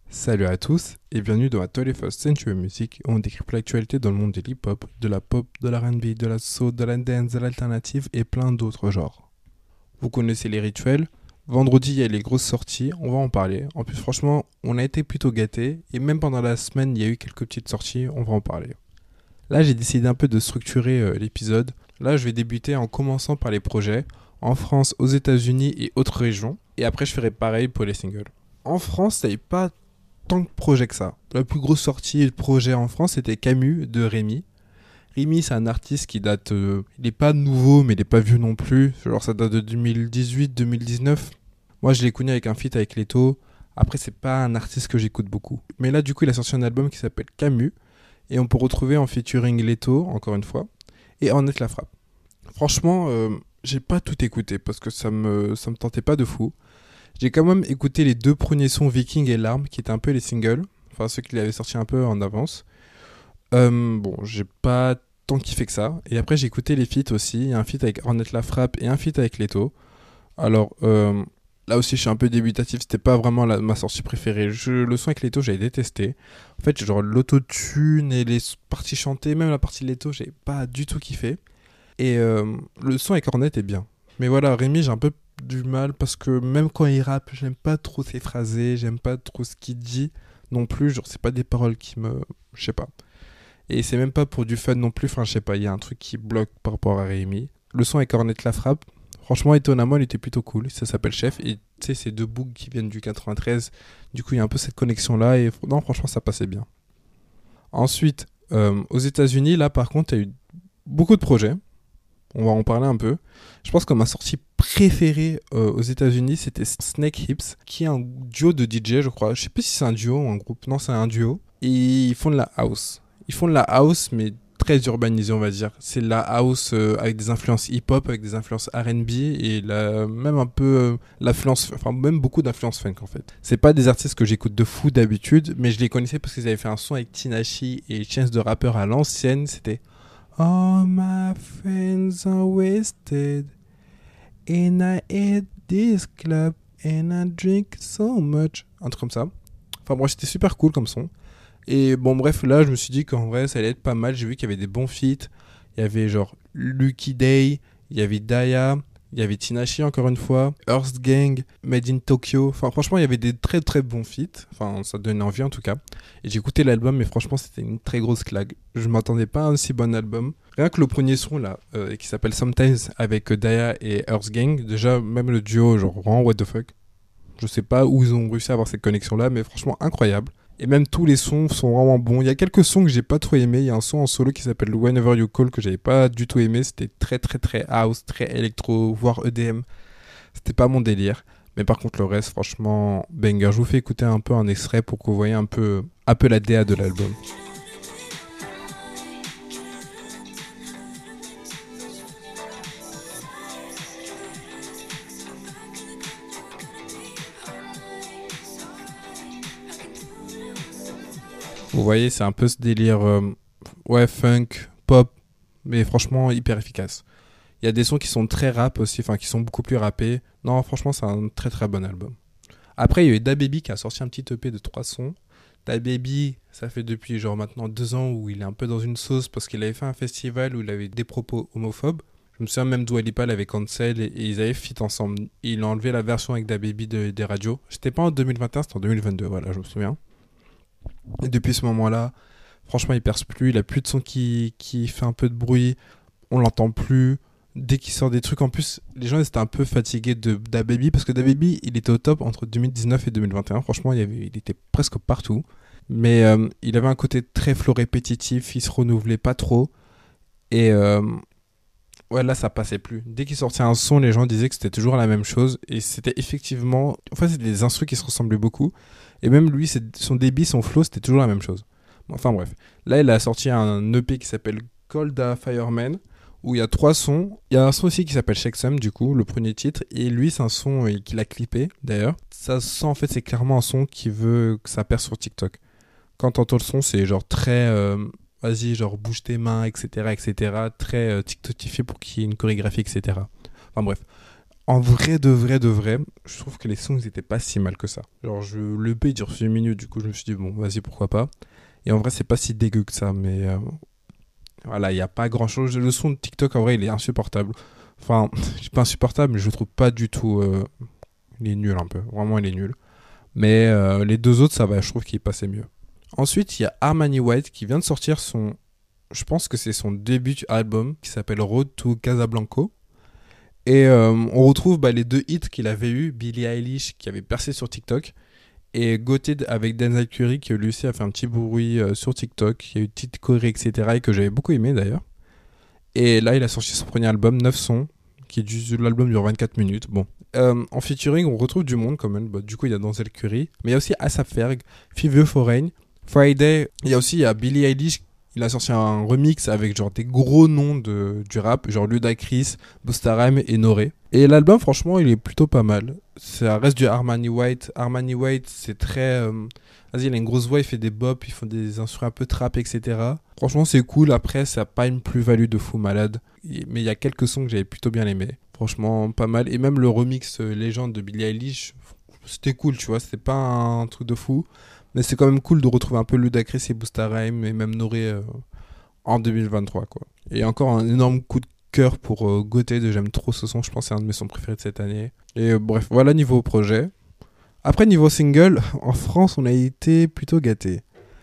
Salut à tous et bienvenue dans la 21st Century Music où on décrypte l'actualité dans le monde de l'hip-hop, de la pop, de la R&B, de la soul, de la dance, de l'alternative et plein d'autres genres. Vous connaissez les rituels. Vendredi, il y a les grosses sorties, on va en parler. En plus, franchement, on a été plutôt gâtés et même pendant la semaine, il y a eu quelques petites sorties, on va en parler. Là, j'ai décidé un peu de structurer l'épisode. Là, je vais débuter en commençant par les projets en France, aux États-Unis et autres régions. Et après, je ferai pareil pour les singles. En France, ça n'est pas tant de projets que ça. La plus grosse sortie de projet en France, c'était Camus de Rémi. Rémi, c'est un artiste qui date. Il n'est pas nouveau, mais il n'est pas vieux non plus. Genre, ça date de 2018-2019. Moi, je l'ai connu avec un feat avec Leto. Après, c'est pas un artiste que j'écoute beaucoup. Mais là, du coup, il a sorti un album qui s'appelle Camus. Et on peut retrouver en featuring Leto, encore une fois. Et Ornette la frappe. Franchement, j'ai pas tout écouté parce que ça me tentait pas de fou. J'ai quand même écouté les deux premiers sons Viking et Larmes, qui étaient un peu les singles, enfin ceux qu'il avait sortis un peu en avance. Bon, j'ai pas tant kiffé que ça. Et après, j'ai écouté les feats aussi, un feat avec Ornette la frappe et un feat avec Leto. Alors, là aussi, je suis un peu débutatif, c'était pas vraiment ma sortie préférée. Le son avec Leto, j'avais détesté. En fait, genre l'autotune et les parties chantées, même la partie de Leto, j'ai pas du tout kiffé. Et le son avec Ornette est bien. Mais voilà, Rémi, j'ai un peu du mal parce que même quand il rappe, j'aime pas trop ses phrasés, j'aime pas trop ce qu'il dit non plus. Genre, c'est pas des paroles qui me. Je sais pas. Et c'est même pas pour du fun non plus. Enfin, je sais pas, il y a un truc qui bloque par rapport à Rémi. Le son avec Ornette la frappe, franchement, étonnamment, il était plutôt cool. Ça s'appelle Chef. Et tu sais, c'est deux bougs qui viennent du 93. Du coup, il y a un peu cette connexion-là. Et non, franchement, ça passait bien. Ensuite, aux États-Unis, là, par contre, il y a eu beaucoup de projets. On va en parler un peu. Je pense que ma sortie préférée aux États-Unis, c'était Snake Hips, qui est un duo de DJ, je crois. Je sais plus si c'est un duo ou un groupe. Non, c'est un duo. Et ils font de la house. Ils font de la house, mais très urbanisée, on va dire. C'est de la house avec des influences hip-hop, avec des influences R&B et même un peu l'influence, enfin même beaucoup d'influence funk en fait. C'est pas des artistes que j'écoute de fou d'habitude, mais je les connaissais parce qu'ils avaient fait un son avec Tinashe et Chance de Rapper à l'ancienne. C'était All my friends are wasted, and I hate this club, and I drink so much. Un truc comme ça. Enfin bon, c'était super cool comme son. Et bon, bref, là, je me suis dit qu'en vrai, ça allait être pas mal. J'ai vu qu'il y avait des bons feats. Il y avait genre Lucky Day, il y avait Daya, il y avait Tinashe encore une fois, Earth Gang, Made in Tokyo. Enfin, franchement, il y avait des très très bons feats. Enfin, ça donnait envie en tout cas. Et j'ai écouté l'album, mais franchement, c'était une très grosse claque. Je m'attendais pas à un si bon album. Rien que le premier son là, qui s'appelle Sometimes avec Daya et Earth Gang, déjà, même le duo, genre vraiment what the fuck. Je sais pas où ils ont réussi à avoir cette connexion là, mais franchement, incroyable. Et même tous les sons sont vraiment bons. Il y a quelques sons que j'ai pas trop aimé. Il y a un son en solo qui s'appelle Whenever You Call que j'avais pas du tout aimé. C'était très très très house, très électro, voire EDM. C'était pas mon délire. Mais par contre le reste, franchement, banger. Je vous fais écouter un peu un extrait pour que vous voyez un peu la DA de l'album. Vous voyez, c'est un peu ce délire, ouais, funk, pop, mais franchement hyper efficace. Il y a des sons qui sont très rap aussi, enfin qui sont beaucoup plus rappés. Non, franchement, c'est un très très bon album. Après, il y a eu DaBaby qui a sorti un petit EP de 3 sons. DaBaby, ça fait depuis genre maintenant 2 ans où il est un peu dans une sauce parce qu'il avait fait un festival où il avait des propos homophobes. Je me souviens même Dua Lipa l'avait cancel et ils avaient fit ensemble. Il a enlevé la version avec DaBaby des radios. C'était pas en 2021, c'était en 2022, voilà, je me souviens. Et depuis ce moment-là, franchement, il perce plus. Il a plus de son qui fait un peu de bruit. On l'entend plus. Dès qu'il sort des trucs, en plus, les gens étaient un peu fatigués de DaBaby parce que DaBaby, il était au top entre 2019 et 2021. Franchement, il était presque partout. Mais il avait un côté très flow répétitif. Il se renouvelait pas trop. Et ouais, là, ça passait plus. Dès qu'il sortait un son, les gens disaient que c'était toujours la même chose. Et c'était effectivement. En fait, c'était des instrus qui se ressemblaient beaucoup. Et même lui, son débit, son flow, c'était toujours la même chose. Enfin bref. Là, il a sorti un EP qui s'appelle Cold a Fireman, où il y a 3 sons. Il y a un son aussi qui s'appelle Checksum, du coup, le premier titre. Et lui, c'est un son qu'il a clippé, d'ailleurs. Ça sent, en fait, c'est clairement un son qui veut que ça perce sur TikTok. Quand t'entends le son, c'est genre très... vas-y, genre bouge tes mains, etc., etc. Très TikTokifié pour qu'il y ait une chorégraphie, etc. Enfin bref. En vrai, de vrai, je trouve que les sons, ils étaient pas si mal que ça. Genre, le EP, il dure 6 minutes, du coup, je me suis dit, bon, vas-y, pourquoi pas. Et en vrai, c'est pas si dégueu que ça, mais voilà, il n'y a pas grand-chose. Le son de TikTok, en vrai, il est insupportable. Enfin, je suis pas insupportable, mais je le trouve pas du tout... il est nul un peu, vraiment, il est nul. Mais les deux autres, ça va, je trouve qu'il passait mieux. Ensuite, il y a Armani White qui vient de sortir son... Je pense que c'est son début album qui s'appelle Road to Casablanca. Et on retrouve les deux hits qu'il avait eu, Billie Eilish qui avait percé sur TikTok et Gotye avec Denzel Curry qui lui aussi a fait un petit bruit sur TikTok. Il y a eu une petite choré, etc. et que j'avais beaucoup aimé d'ailleurs. Et là, il a sorti son premier album, 9 sons, l'album dure 24 minutes. Bon. En featuring, on retrouve du monde quand même. Du coup, il y a Denzel Curry, mais il y a aussi Asap Ferg, Five Foreign, Friday. Il y a Billie Eilish. Il a sorti un remix avec genre des gros noms du rap, genre Ludacris, Busta Rhymes et Noré. Et l'album, franchement, il est plutôt pas mal. Ça reste du Armani White. Armani White, c'est très... Vas-y, il a une grosse voix, il fait des bops, il fait des instruments un peu trap, etc. Franchement, c'est cool. Après, ça n'a pas une plus-value de fou malade. Mais il y a quelques sons que j'avais plutôt bien aimés. Franchement, pas mal. Et même le remix légende de Billie Eilish, c'était cool, tu vois. C'était pas un truc de fou. Mais c'est quand même cool de retrouver un peu Ludacris et Busta Rhymes et même Noré en 2023, quoi. Et encore un énorme coup de cœur pour Gotye. J'aime trop ce son. Je pense que c'est un de mes sons préférés de cette année. Et bref, voilà niveau projet. Après, niveau single, en France, on a été plutôt gâtés.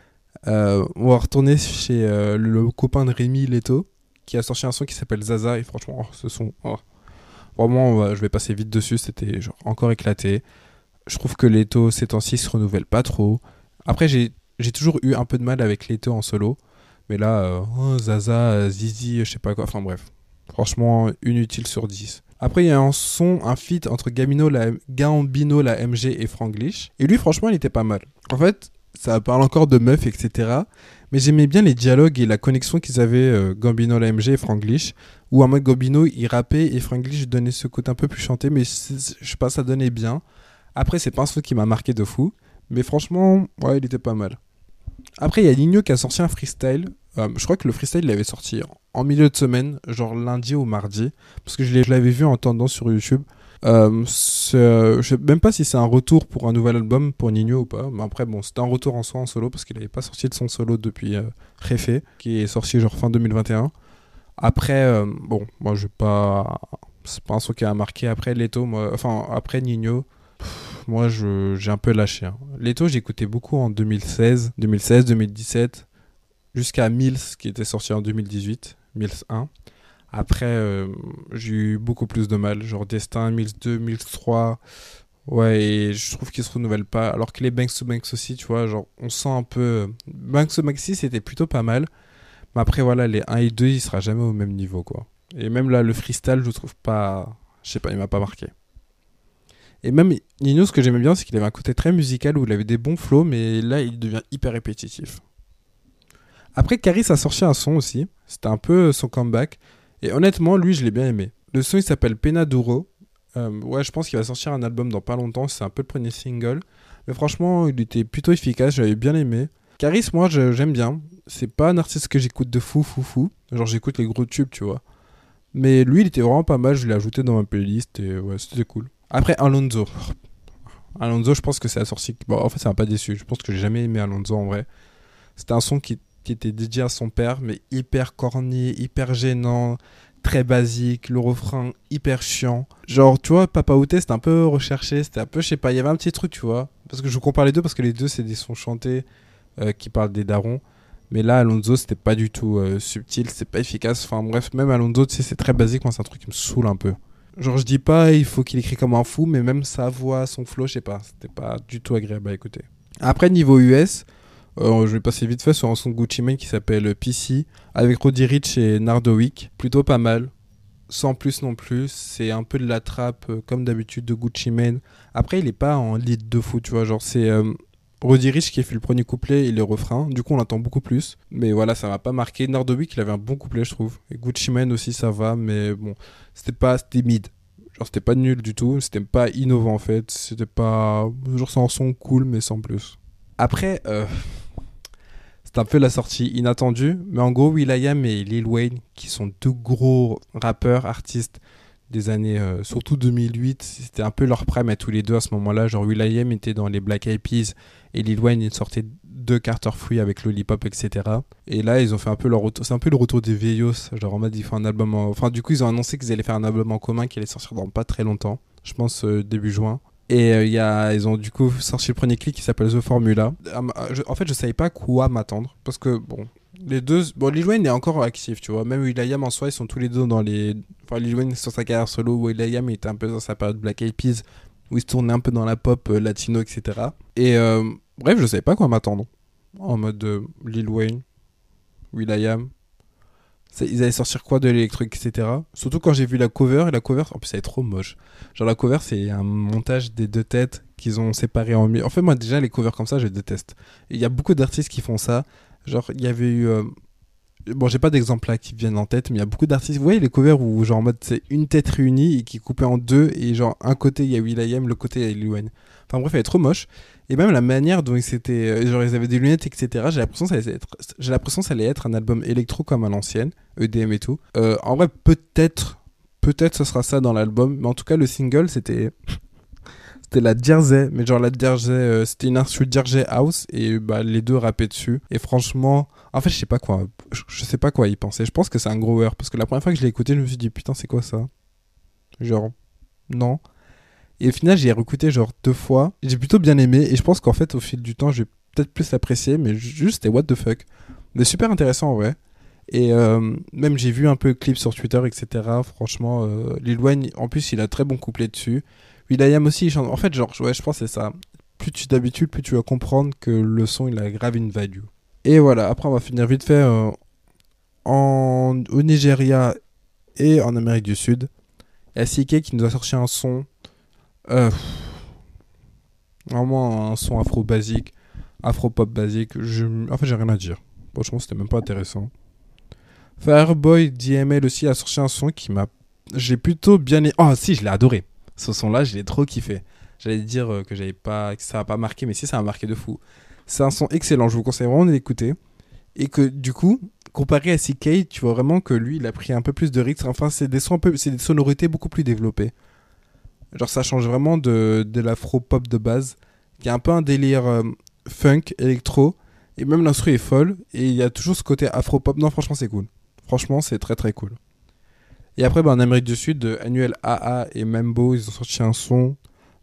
On va retourner chez le copain de Rémi Leto, qui a sorti un son qui s'appelle Zaza. Et franchement, ce son, vraiment, je vais passer vite dessus. C'était genre encore éclaté. Je trouve que Leto, ces temps-ci, se renouvelle pas trop. Après, j'ai toujours eu un peu de mal avec Leto en solo. Mais là, Zaza, Zizi, je sais pas quoi. Enfin bref, franchement, inutile sur 10. Après, il y a un feat entre Gambino, la MG et Franglish. Et lui, franchement, il était pas mal. En fait, ça parle encore de meufs, etc. Mais j'aimais bien les dialogues et la connexion qu'ils avaient, Gambino, la MG et Franglish. Où en mode Gambino, il rappait et Franglish donnait ce côté un peu plus chanté. Mais je sais pas, ça donnait bien. Après, c'est pas un son qui m'a marqué de fou. Mais franchement, ouais, il était pas mal. Après, il y a Nino qui a sorti un freestyle. Je crois que le freestyle, il avait sorti en milieu de semaine, genre lundi ou mardi. Parce que je l'avais vu en tendance sur YouTube. Je sais même pas si c'est un retour pour un nouvel album pour Nino ou pas. Mais après, bon, c'était un retour en soi en solo parce qu'il avait pas sorti de son solo depuis Réfé, qui est sorti genre fin 2021. Après, bon, moi, je vais pas. C'est pas un son qui a marqué. Après Leto, après Nino. Moi, j'ai un peu lâché. Hein. Leto, j'écoutais beaucoup en 2016, 2017, jusqu'à Mills, qui était sorti en 2018, Mills 1. Après, j'ai eu beaucoup plus de mal. Genre Destin, Mills 2, Mills 3. Ouais, et je trouve qu'ils se renouvellent pas. Alors que les Banks to Banks aussi, tu vois, genre, on sent un peu... Banks to Maxi, c'était plutôt pas mal. Mais après, voilà, les 1 et 2, il sera jamais au même niveau, quoi. Et même là, le freestyle, je le trouve pas... Je sais pas, il m'a pas marqué. Et même Nino, ce que j'aimais bien, c'est qu'il avait un côté très musical où il avait des bons flows, mais là, il devient hyper répétitif. Après, Caris a sorti un son aussi. C'était un peu son comeback. Et honnêtement, lui, je l'ai bien aimé. Le son, il s'appelle Pena Duro. Ouais, je pense qu'il va sortir un album dans pas longtemps. C'est un peu le premier single. Mais franchement, il était plutôt efficace. J'avais bien aimé. Caris, moi, j'aime bien. C'est pas un artiste que j'écoute de fou. Genre, j'écoute les gros tubes, tu vois. Mais lui, il était vraiment pas mal. Je l'ai ajouté dans ma playlist. Et ouais, c'était cool. Après, Alonso. Alonso, je pense que c'est la sortie. Bon, en fait, ça m'a pas déçu. Je pense que j'ai jamais aimé Alonso en vrai. C'était un son qui était dédié à son père, mais hyper corny, hyper gênant, très basique. Le refrain hyper chiant. Genre, tu vois, Papa Outé, c'était un peu recherché. C'était un peu, je sais pas, il y avait un petit truc, tu vois. Parce que je vous compare les deux, parce que les deux, c'est des sons chantés qui parlent des darons. Mais là, Alonso, c'était pas du tout subtil, c'est pas efficace. Enfin bref, même Alonso, tu sais, c'est très basique. Moi, c'est un truc qui me saoule un peu. Genre, je dis pas il faut qu'il écrit comme un fou, mais même sa voix, son flow, je sais pas, c'était pas du tout agréable à écouter. Après, niveau US, je vais passer vite fait sur un son de Gucci Mane qui s'appelle PC, avec Roddy Ricch et Nardowick. Plutôt pas mal, sans plus non plus. C'est un peu de la trappe, comme d'habitude, de Gucci Mane. Après, il est pas en lead de fou, tu vois, genre, c'est Roddy Ricch qui a fait le premier couplet et le refrain. Du coup, on l'entend beaucoup plus. Mais voilà, ça m'a pas marqué. Nardowick, il avait un bon couplet, je trouve. Et Gucci Mane aussi, ça va, mais bon, c'était mid. Genre, c'était pas nul du tout. C'était pas innovant, en fait. C'était pas... Genre, c'est un son cool, mais sans plus. Après, c'est un peu la sortie inattendue. Mais en gros, will.i.am et Lil Wayne, qui sont deux gros rappeurs, artistes des années, surtout 2008, c'était un peu leur prime à tous les deux à ce moment-là. Genre will.i.am était dans les Black Eyed Peas et Lil Wayne il sortait de Carter Free avec Lollipop, etc. Et là, ils ont fait un peu leur retour. C'est un peu le retour des vieillos. Genre en mode, ils font un album Enfin, du coup, ils ont annoncé qu'ils allaient faire un album en commun qui allait sortir dans pas très longtemps. Je pense début juin. Et ils ont du coup sorti le premier clip qui s'appelle The Formula. En fait, je savais pas quoi m'attendre. Parce que, bon, les deux. Bon, Lil Wayne est encore actif, tu vois. Même will.i.am en soi, ils sont tous les deux dans les. Enfin, Lil Wayne sur sa carrière solo. will.i.am était un peu dans sa période Black Eyed Peas où il se tournait un peu dans la pop latino, etc. Et bref, je savais pas quoi m'attendre. En mode Lil Wayne, will.i.am. Ils allaient sortir quoi de l'électrique, etc. Surtout quand j'ai vu la cover, et la cover, en plus, elle est trop moche. Genre, la cover, c'est un montage des deux têtes qu'ils ont séparées en mille. En fait, moi, déjà, les covers comme ça, je déteste. Il y a beaucoup d'artistes qui font ça. Genre, il y avait eu. Bon, j'ai pas d'exemple là qui viennent en tête, mais il y a beaucoup d'artistes. Vous voyez les covers où, genre, en mode, c'est une tête réunie et qui est coupée en deux, et genre, un côté, il y a will.i.am, l'autre côté, il y a Lil Wayne. Enfin, bref, elle est trop moche. Et même la manière dont genre, ils avaient des lunettes, etc. J'ai l'impression que ça allait être un album électro comme à l'ancienne, EDM et tout. En vrai, peut-être ce sera ça dans l'album, mais en tout cas, le single, c'était la Jersey, mais genre la Jersey, c'était une instru Jersey House, et bah, les deux rappaient dessus. Et franchement, en fait, je sais pas quoi y penser. Je pense que c'est un grower, parce que la première fois que je l'ai écouté, je me suis dit, putain, c'est quoi ça? Genre, non. Et au final, j'ai réécouté genre 2 fois. J'ai plutôt bien aimé. Et je pense qu'en fait, au fil du temps, je vais peut-être plus l'apprécier. Mais juste, c'était what the fuck. Mais super intéressant en vrai. Et même, j'ai vu un peu de clips sur Twitter, etc. Franchement, Lil Wayne, en plus, il a très bon couplet dessus. will.i.am aussi, il chante. En fait, genre, ouais, je pense que c'est ça. Plus tu t'habitues, plus tu vas comprendre que le son, il a grave une value. Et voilà, après, on va finir vite fait au Nigeria et en Amérique du Sud. SCK qui nous a sorti un son. Euh, Vraiment un son afro basique, afro pop basique. En fait, j'ai rien à dire. Franchement, c'était même pas intéressant. Fireboy DML aussi a sorti un son qui m'a. J'ai plutôt bien aimé. Oh, si, je l'ai adoré. Ce son-là, je l'ai trop kiffé. J'allais dire que ça a pas marqué, mais si, ça a marqué de fou. C'est un son excellent. Je vous conseille vraiment de l'écouter. Et que du coup, comparé à CK, tu vois vraiment que lui, il a pris un peu plus de rythme. Enfin, c'est des sonorités beaucoup plus développées. Genre ça change vraiment de l'afro-pop de base, qui a un peu un délire funk, électro, et même l'instru est folle, et il y a toujours ce côté afro-pop. Non, franchement, c'est cool. Franchement, c'est très très cool. Et après, en Amérique du Sud, Annuel AA et Mambo, ils ont sorti un son.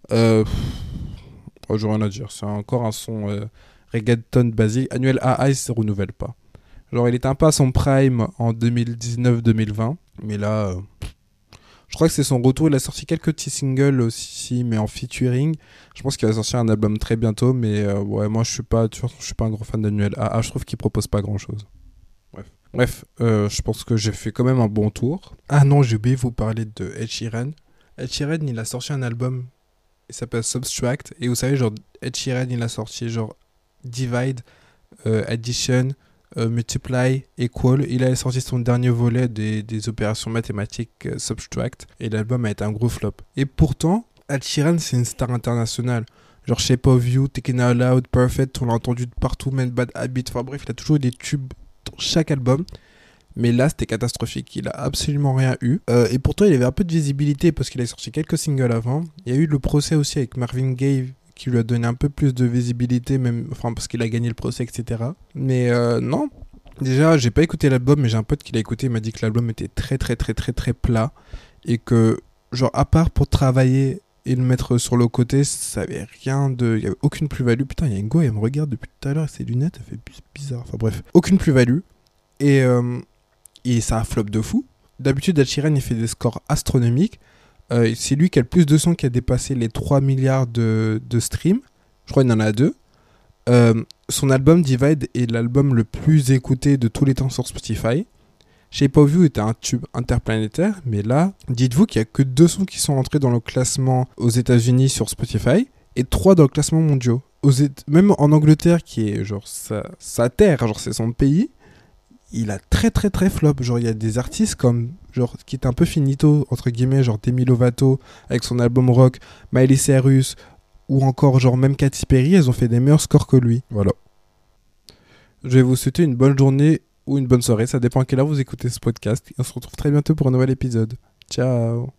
J'ai rien à dire. C'est encore un son reggaeton basique. Annuel AA, il se renouvelle pas. Genre, il était un peu à son prime en 2019-2020, mais là... Je crois que c'est son retour. Il a sorti quelques petits singles aussi, mais en featuring. Je pense qu'il va sortir un album très bientôt. Mais ouais, moi, je suis pas un gros fan d'Annuel AA. Je trouve qu'il propose pas grand-chose. Bref, je pense que j'ai fait quand même un bon tour. Ah non, j'ai oublié de vous parler de Ed Sheeran. Ed Sheeran, il a sorti un album. Il s'appelle Subtract. Et vous savez, genre, Ed Sheeran, il a sorti genre Divide, Addition, Multiply, Equal. Il a sorti son dernier volet des opérations mathématiques Subtract, et l'album a été un gros flop. Et pourtant, Ed Sheeran, c'est une star internationale. Genre Shape of You, Taken Out Loud, Perfect, on l'a entendu de partout, Man Bad Habit. Enfin bref, il a toujours eu des tubes dans chaque album. Mais là, c'était catastrophique. Il a absolument rien eu. Et pourtant, il avait un peu de visibilité parce qu'il a sorti quelques singles avant. Il y a eu le procès aussi avec Marvin Gaye qui lui a donné un peu plus de visibilité, même, enfin, parce qu'il a gagné le procès, etc. Mais non. Déjà, j'ai pas écouté l'album, mais j'ai un pote qui l'a écouté. Il m'a dit que l'album était très, très, très, très, très plat. Et que, genre, à part pour travailler et le mettre sur le côté, ça avait rien de. Il y avait aucune plus-value. Putain, il y a une go, elle me regarde depuis tout à l'heure, ses lunettes, elle fait bizarre. Enfin, bref. Aucune plus-value. Et ça a flop de fou. D'habitude, Ed Sheeran, il fait des scores astronomiques. C'est lui qui a le plus de sons, qui a dépassé les 3 milliards de streams. Je crois qu'il en a 2. Son album Divide est l'album le plus écouté de tous les temps sur Spotify. Shape of You était un tube interplanétaire, mais là, dites-vous qu'il n'y a que 2 sons qui sont entrés dans le classement aux États-Unis sur Spotify et 3 dans le classement mondial. Même en Angleterre, qui est genre sa terre, genre c'est son pays, il a très très très flop. Genre il y a des artistes comme genre qui est un peu finito entre guillemets, genre Demi Lovato avec son album rock, Miley Cyrus ou encore genre même Katy Perry, elles ont fait des meilleurs scores que lui. Voilà. Je vais vous souhaiter une bonne journée ou une bonne soirée, ça dépend à quelle heure vous écoutez ce podcast. Et on se retrouve très bientôt pour un nouvel épisode. Ciao.